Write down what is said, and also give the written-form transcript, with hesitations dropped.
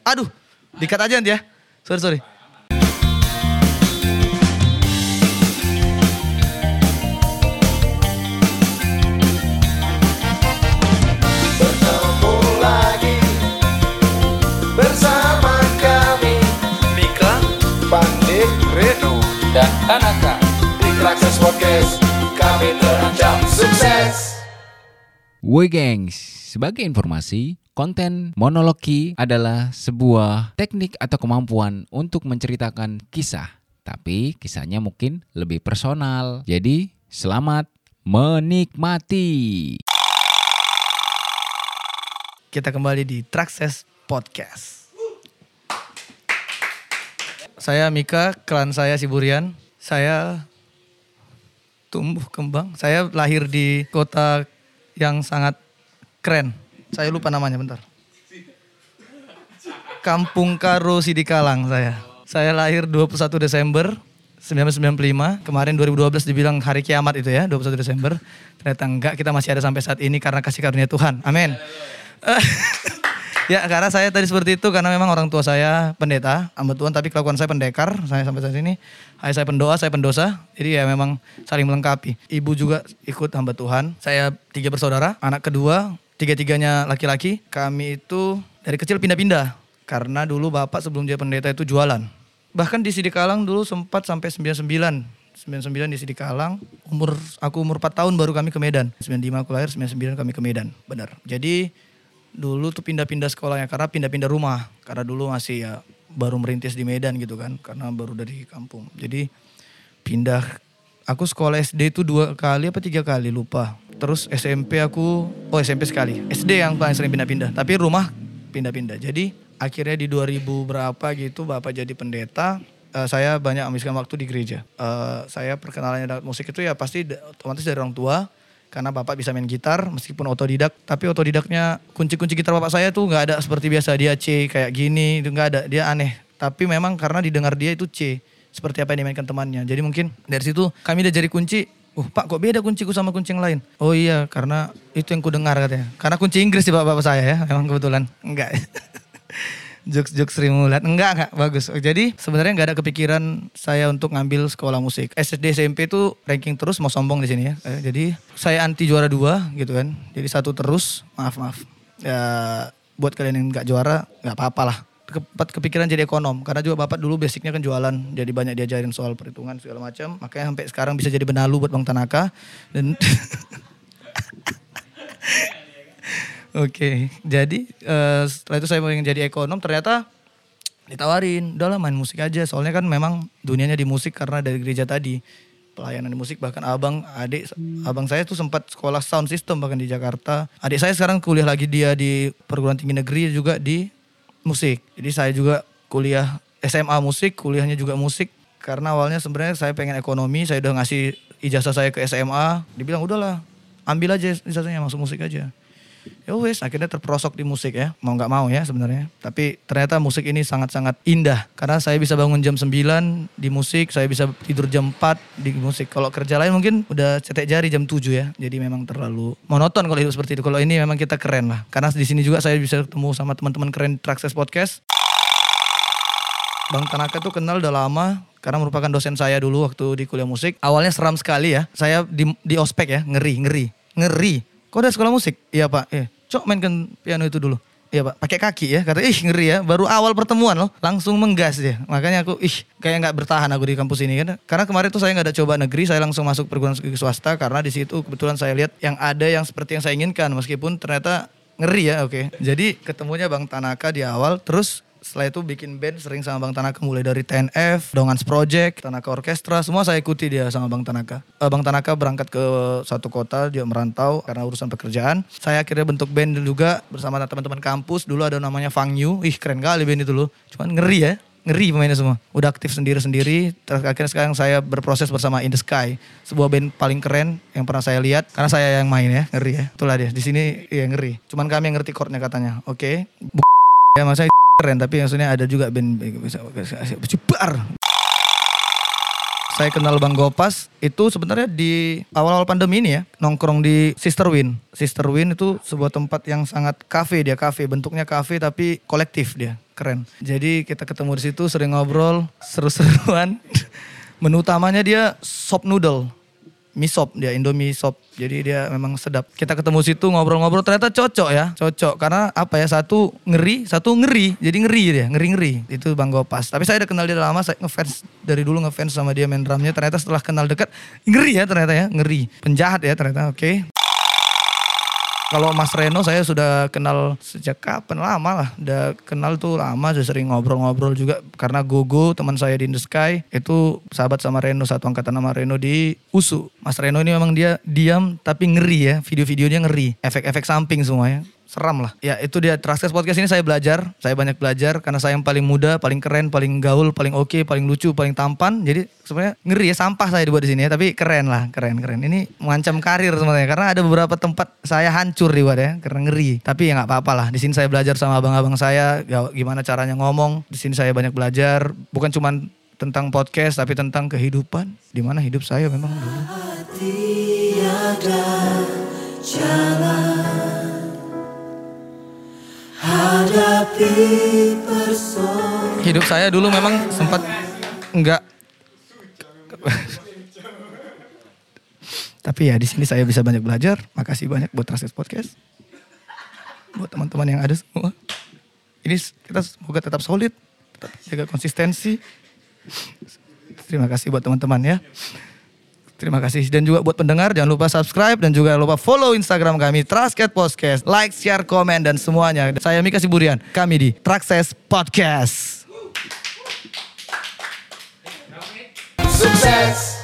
Aduh, dikat aja nanti ya. Sorry. Bertemu lagi bersama kami, Mika, Pandi, Reno, dan Tanaka. di Traxxas Podcast. Kami terancam sukses. Woi gengs, sebagai informasi, konten monologi adalah sebuah teknik atau kemampuan untuk menceritakan kisah. Tapi kisahnya mungkin lebih personal. Jadi, selamat menikmati. Kita kembali di Traxxas Podcast. Saya Mika, klan saya Siburian. Saya tumbuh kembang. Saya lahir di kota yang sangat keren. Saya lupa namanya, bentar. Kampung Karo Sidikalang saya. Saya lahir 21 Desember 1995. Kemarin 2012 dibilang hari kiamat itu ya, 21 Desember. Ternyata enggak, kita masih ada sampai saat ini karena kasih karunia Tuhan. Amin. Ya, karena saya tadi seperti itu karena memang orang tua saya pendeta, hamba Tuhan, tapi kelakuan saya pendekar. Saya sampai saat ini, saya pendoa, saya pendosa. Jadi ya memang saling melengkapi. Ibu juga ikut hamba Tuhan. Saya 3 bersaudara, anak kedua, 3-3-nya laki-laki. Kami itu dari kecil pindah-pindah. Karena dulu bapak sebelum dia pendeta itu jualan. Bahkan di Sidikalang dulu sempat sampai 99 di Sidikalang. Aku umur 4 tahun baru kami ke Medan. 95 aku lahir, 99 kami ke Medan. Benar. Jadi dulu tuh pindah-pindah sekolahnya karena pindah-pindah rumah. Karena dulu masih ya baru merintis di Medan gitu kan. Karena baru dari kampung. Jadi pindah. Aku sekolah SD itu 2 kali apa 3 kali lupa. Terus SMP SMP sekali. SD yang paling sering pindah-pindah. Tapi rumah pindah-pindah. Jadi akhirnya di 2000 berapa gitu bapak jadi pendeta. Saya banyak menghabiskan waktu di gereja. Saya perkenalannya dengan musik itu ya pasti otomatis dari orang tua. Karena bapak bisa main gitar meskipun otodidak. Tapi otodidaknya kunci-kunci gitar bapak saya tuh gak ada seperti biasa. Dia C kayak gini, itu gak ada. Dia aneh. Tapi memang karena didengar dia itu C. Seperti apa yang dimainkan temannya. Jadi mungkin dari situ kami udah jadi kunci. Pak kok beda kunciku sama kunci yang lain? Oh iya karena itu yang ku dengar katanya. Karena kunci Inggris di bapak saya ya. Memang kebetulan. Enggak. Jokes Sri Mulat. Enggak bagus. Jadi sebenarnya nggak ada kepikiran saya untuk ngambil sekolah musik. SD SMP tuh ranking terus, mau sombong di sini ya. Jadi saya anti juara 2 gitu kan. Jadi 1 terus. Maaf. Ya buat kalian yang nggak juara nggak apa-apa lah. Kepikiran jadi ekonom karena juga bapak dulu basicnya kan jualan, jadi banyak diajarin soal perhitungan segala macam. Makanya sampai sekarang bisa jadi benalu buat Bang Tanaka dan Oke, jadi setelah itu saya mau jadi ekonom, ternyata ditawarin, udahlah main musik aja. Soalnya kan memang dunianya di musik karena dari gereja tadi, pelayanan di musik. Bahkan abang saya tuh sempat sekolah sound system bahkan di Jakarta. Adik saya sekarang kuliah lagi dia di perguruan tinggi negeri juga di musik. Jadi saya juga kuliah SMA musik, kuliahnya juga musik. Karena awalnya sebenarnya saya pengen ekonomi, saya udah ngasih ijazah saya ke SMA. Dibilang udahlah, ambil aja ijazahnya, masuk musik aja. Ya wes, akhirnya terperosok di musik ya. Mau gak mau ya sebenarnya. Tapi ternyata musik ini sangat-sangat indah. Karena saya bisa bangun jam 9 di musik, saya bisa tidur jam 4 di musik. Kalau kerja lain mungkin udah cetek jari jam 7 ya. Jadi memang terlalu monoton kalau hidup seperti itu. Kalau ini memang kita keren lah. Karena di sini juga saya bisa ketemu sama teman-teman keren Traxxas Podcast. Bang Tanaka tuh kenal udah lama. Karena merupakan dosen saya dulu waktu di kuliah musik. Awalnya seram sekali ya. Saya di ospek ya, ngeri. Kok udah sekolah musik? Iya pak, Cok mainkan piano itu dulu. Iya pak, pakai kaki ya. Kata ngeri ya, baru awal pertemuan loh. Langsung menggas dia. Makanya aku kayak gak bertahan aku di kampus ini kan. Karena kemarin tuh saya gak ada coba negeri, saya langsung masuk perguruan tinggi swasta. Karena di situ kebetulan saya lihat yang ada yang seperti yang saya inginkan. Meskipun ternyata ngeri ya, oke. Jadi ketemunya Bang Tanaka di awal, terus setelah itu bikin band sering sama Bang Tanaka mulai dari TNF, Dongans Project, Tanaka Orkestra, semua saya ikuti dia sama Bang Tanaka. Bang Tanaka berangkat ke satu kota, dia merantau karena urusan pekerjaan. Saya akhirnya bentuk band juga bersama teman-teman kampus. Dulu ada namanya Fang Yu, keren kali band itu loh. Cuman ngeri pemainnya semua. Udah aktif sendiri-sendiri. Terus akhirnya sekarang saya berproses bersama In The Sky, sebuah band paling keren yang pernah saya lihat. Karena saya yang main ya, ngeri ya. Itulah dia, di sini ya ngeri. Cuman kami yang ngerti chordnya katanya. Oke. Ya maksudnya keren, tapi maksudnya ada juga band bisa cebar. Saya kenal Bang Gopas itu sebenarnya di awal-awal pandemi ini ya, nongkrong di Sister Win. Sister Win itu sebuah tempat yang sangat kafe, bentuknya kafe tapi kolektif dia. keren. Jadi kita ketemu di situ sering ngobrol, seru-seruan. Menu utamanya dia sop noodle. Mie sop dia, Indomie sop. Jadi dia memang sedap. Kita ketemu situ ngobrol-ngobrol ternyata cocok ya. Cocok karena apa ya, satu ngeri. Jadi ngeri dia, ngeri-ngeri. Itu Bang Gopas. Tapi saya udah kenal dia lama, saya ngefans dari dulu ngefans sama dia main drumnya. Ternyata setelah kenal dekat, ngeri ya ternyata ya, ngeri. Penjahat ya ternyata, oke. Kalau Mas Reno saya sudah kenal sejak kapan, lama lah. Udah kenal tuh lama, sudah sering ngobrol-ngobrol juga. Karena Gogo teman saya di In The Sky itu sahabat sama Reno, satu angkatan sama Reno di USU. Mas Reno ini memang dia diam tapi ngeri ya, video-videonya ngeri. Efek-efek samping semua ya. Seram lah. Ya itu dia, Traxxas Podcast ini saya belajar. Saya banyak belajar karena saya yang paling muda, paling keren, paling gaul, paling oke, paling lucu, paling tampan. Jadi sebenarnya ngeri ya, sampah saya dibuat di sini ya. Tapi keren lah, keren. Ini mengancam karir sebenarnya. Karena ada beberapa tempat saya hancur dibuat ya, karena ngeri. Tapi ya nggak apa-apa lah. Di sini saya belajar sama abang-abang saya, gimana caranya ngomong. Di sini saya banyak belajar. Bukan cuma tentang podcast, tapi tentang kehidupan. Dimana hidup saya memang dulu. Tiada jalan. Hidup saya dulu memang sempat enggak. Tapi ya di sini saya bisa banyak belajar. Makasih banyak buat Traxxas Podcast. Buat teman-teman yang ada semua. Ini kita semoga tetap solid, tetap jaga konsistensi. Terima kasih buat teman-teman ya. Terima kasih. Dan juga buat pendengar, jangan lupa subscribe dan juga lupa follow Instagram kami, Traxxas Podcast. Like, share, komen, dan semuanya. Saya Mika Siburian, kami di Traxxas Podcast. Sukses.